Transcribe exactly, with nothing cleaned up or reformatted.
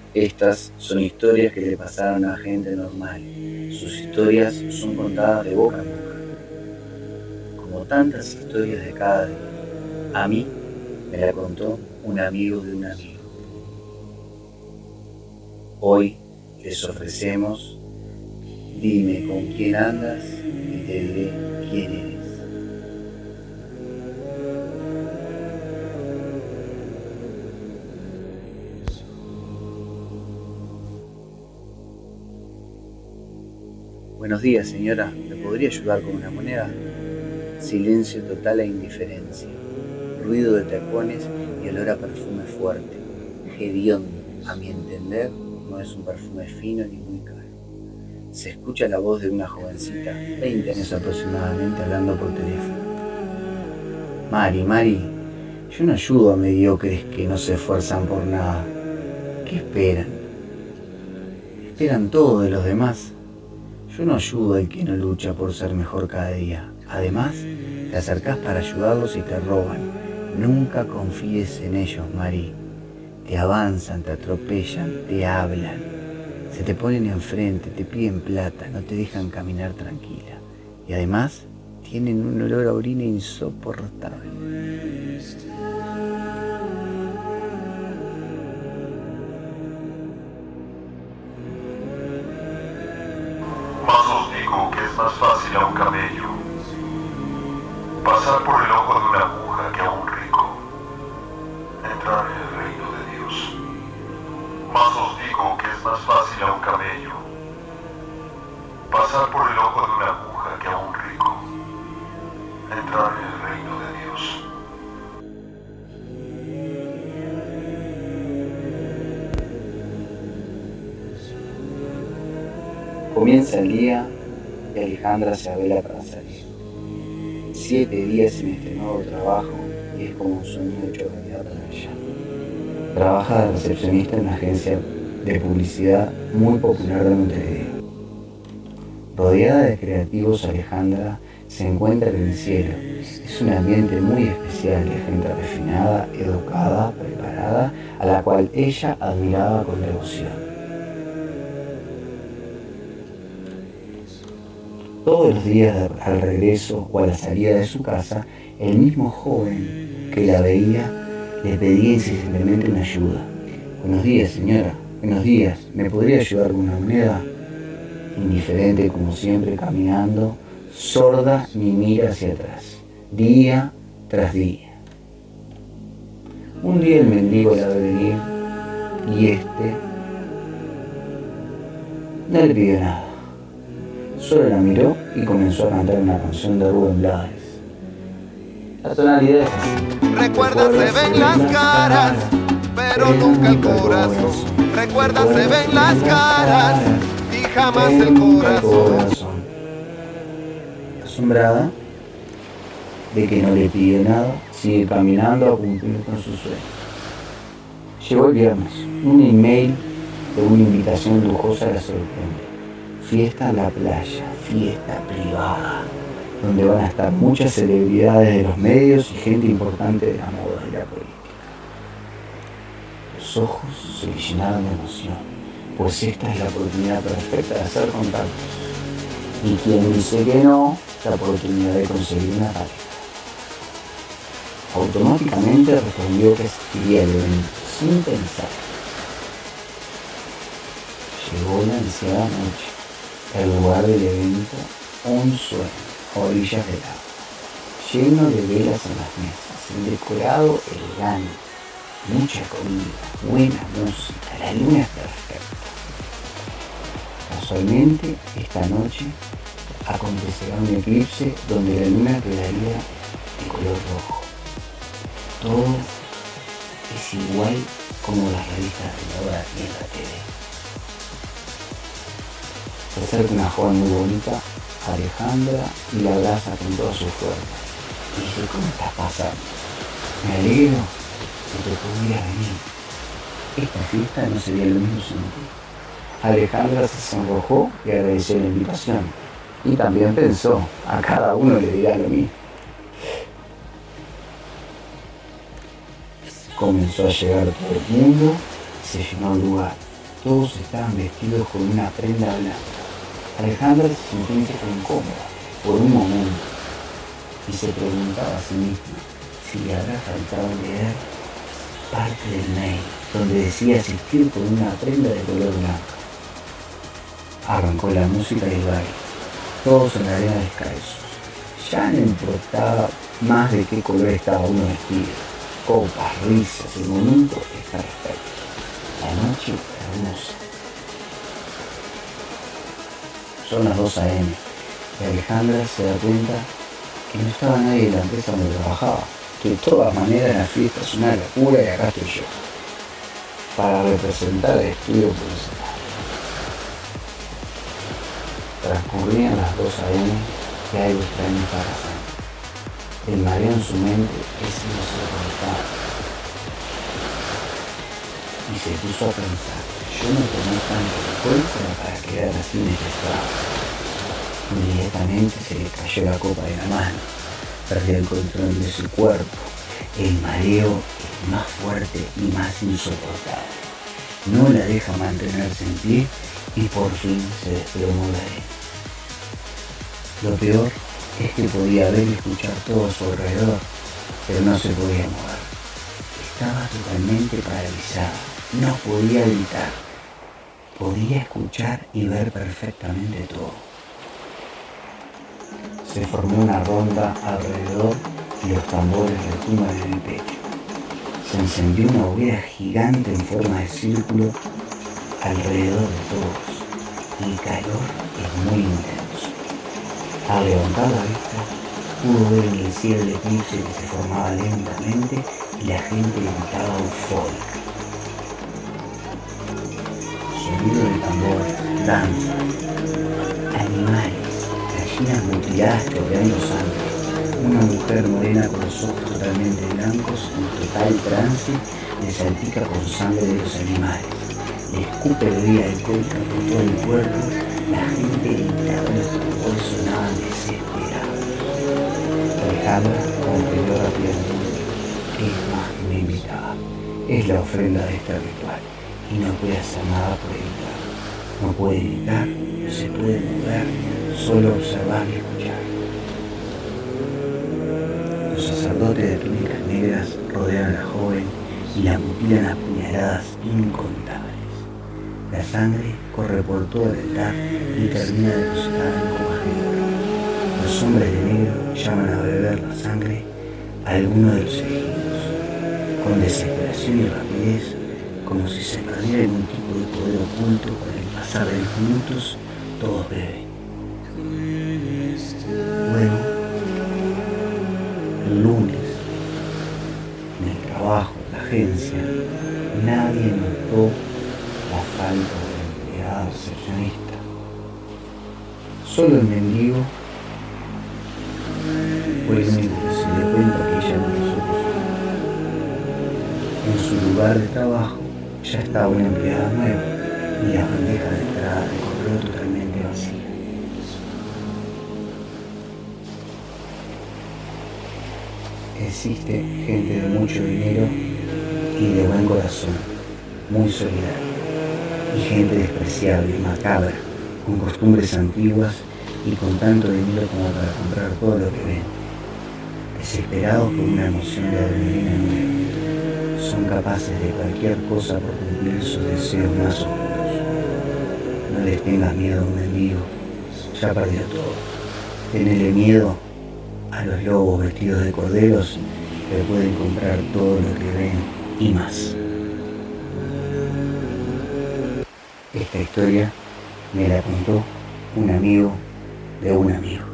Estas son historias que le pasaron a gente normal. Sus historias son contadas de boca en boca, como tantas historias de cada día. A mí me la contó un amigo de un amigo. Hoy les ofrecemos Dime con quién andas y te diré quién eres. Buenos días, señora. ¿Me podría ayudar con una moneda? Silencio total e indiferencia. Ruido de tacones y olor a perfume fuerte. Hediondo, a mi entender, no es un perfume fino ni muy caro. Se escucha la voz de una jovencita, veinte años aproximadamente, hablando por teléfono. Mari, Mari, yo no ayudo a mediocres que no se esfuerzan por nada. ¿Qué esperan? Esperan todo de los demás. Yo no ayudo al que no lucha por ser mejor cada día. Además, te acercás para ayudarlos y te roban. Nunca confíes en ellos, Mari. Te avanzan, te atropellan, te hablan. Se te ponen enfrente, te piden plata, no te dejan caminar tranquila. Y además, tienen un olor a orina insoportable. Mas os digo que es más fácil a un camello pasar por el ojo de una aguja que a un rico entrar en el reino de Dios. Mas os digo que es más fácil a un camello pasar por el ojo de una aguja que a un rico entrar en el reino de Dios. Comienza el día y Alejandra se avela para salir. Siete días en este nuevo trabajo y es como un sueño hecho realidad para ella. Trabaja de recepcionista en una agencia de publicidad muy popular de Montevideo. Rodeada de creativos, Alejandra se encuentra en el cielo. Es un ambiente muy especial de gente refinada, educada, preparada, a la cual ella admiraba con devoción. Todos los días al regreso o a la salida de su casa, el mismo joven que la veía le pedía insistentemente una ayuda. Buenos días, señora. Buenos días. ¿Me podría ayudar con una moneda? Indiferente como siempre, caminando, sorda ni mira hacia atrás, día tras día. Un día el mendigo la ve venir y este no le pidió nada. Solo la miró y comenzó a cantar una canción de Rubén Blades. La tonalidad es así. Recuerda, se ven las caras, pero nunca el corazón. Recuerda, se ven las caras y jamás el corazón. Asombrada de que no le pide nada, sigue caminando a cumplir con su sueño. Llegó el viernes. Un email de una invitación lujosa la sorprende. Fiesta en la playa, fiesta privada, donde van a estar muchas celebridades de los medios y gente importante de la moda y la política. Los ojos se le llenaron de emoción, pues esta es la oportunidad perfecta de hacer contactos. Y quien dice que no, la oportunidad de conseguir una pareja. Automáticamente respondió que asistiría al evento, sin pensar. Llegó la ansiada noche. El lugar del evento, un sueño, a orillas del agua, lleno de velas en las mesas, un decorado elegante, mucha comida, buena música, la luna es perfecta. Casualmente, esta noche acontecerá un eclipse donde la luna quedaría de color rojo. Todo es igual como las revistas de la hora y en la T V. Se acerca una joven muy bonita, Alejandra, y la abraza con toda su fuerza. Y dice, ¿cómo estás pasando? Me alegro de que pudieras venir. Esta fiesta no sería lo mismo sin ti. Alejandra se sonrojó y agradeció la invitación. Y también pensó, a cada uno le dirá lo mismo. Comenzó a llegar todo el mundo y se llenó el lugar. Todos estaban vestidos con una prenda blanca. Alejandra se sintió un poco incómoda por un momento y se preguntaba a sí misma si le habrá faltado leer parte del mail donde decía asistir con una prenda de color blanco. Arrancó la música y el baile, todos en la arena descalzos. Ya no importaba más de qué color estaba uno vestido. Copas, risas, el momento está perfecto. La noche hermosa. Son las dos a eme y Alejandra se da cuenta que no estaba nadie en la empresa donde trabajaba. De todas maneras la fiesta es una locura y acá estoy yo, para representar el estudio publicitario. Transcurrían las dos a eme y algo extraño estaba pasando. El mareo en su mente es insoportable. Y se puso a pensar, yo no tomé tanto alcohol como para quedar así desesperado. Inmediatamente se le cayó la copa de la mano, perdió el control de su cuerpo. El mareo es más fuerte y más insoportable. No la deja mantenerse en pie y por fin se desplomó de ahí. Lo peor es que podía ver y escuchar todo a su alrededor, pero no se podía mover. Estaba totalmente paralizada, no podía gritar. Podía escuchar y ver perfectamente todo. Se formó una ronda alrededor y los tambores retumban en el pecho. Se encendió una hoguera gigante en forma de círculo alrededor de todos y el calor es muy intenso. Al levantar la vista, pudo ver en el cielo el eclipse que se formaba lentamente y la gente gritaba eufórica. Sonido de tambores, danza, animales, gallinas mutiladas chorreando sangre. Una mujer morena con los ojos totalmente blancos, en total trance, le salpica con sangre de los animales. Le escupe bebida alcohólica por todo el cuerpo. La gente gritaba y los tambores sonaban desesperados. Alejandra comprendió rápidamente que es más que una invitada. Es la ofrenda de este ritual y no puede hacer nada por evitarlo. No puede gritar, no se puede mover, solo observar y escuchar. Los sacerdotes de túnicas negras rodean a la joven y la mutilan a puñaladas incontables. La sangre corre por todo el altar y termina depositada en copas de oro. Los hombres de negro llaman a beber la sangre a alguno de los elegidos. Con desesperación y rapidez, como si se perdiera algún tipo de poder oculto, con el pasar de los minutos, todos beben. Luego, el lunes, en el trabajo, en la agencia, nadie notó la falta de la empleada recepcionista. Solo el mendigo fue el único que se dio cuenta que ella no lo solucionó. En su lugar de trabajo ya estaba una empleada nueva y la bandeja de entrada de correo totalmente vacía. Existe gente de mucho dinero y de buen corazón, muy solidaria, y gente despreciable, macabra, con costumbres antiguas y con tanto dinero como para comprar todo lo que ven, desesperados por una emoción de adrenalina nueva. Son capaces de cualquier cosa por cumplir sus deseos más oscuros. No les tengas miedo a un enemigo, ya perdió todo. Tenele miedo a los lobos vestidos de corderos que pueden comprar todo lo que ven y más. Esta historia me la contó un amigo de un amigo.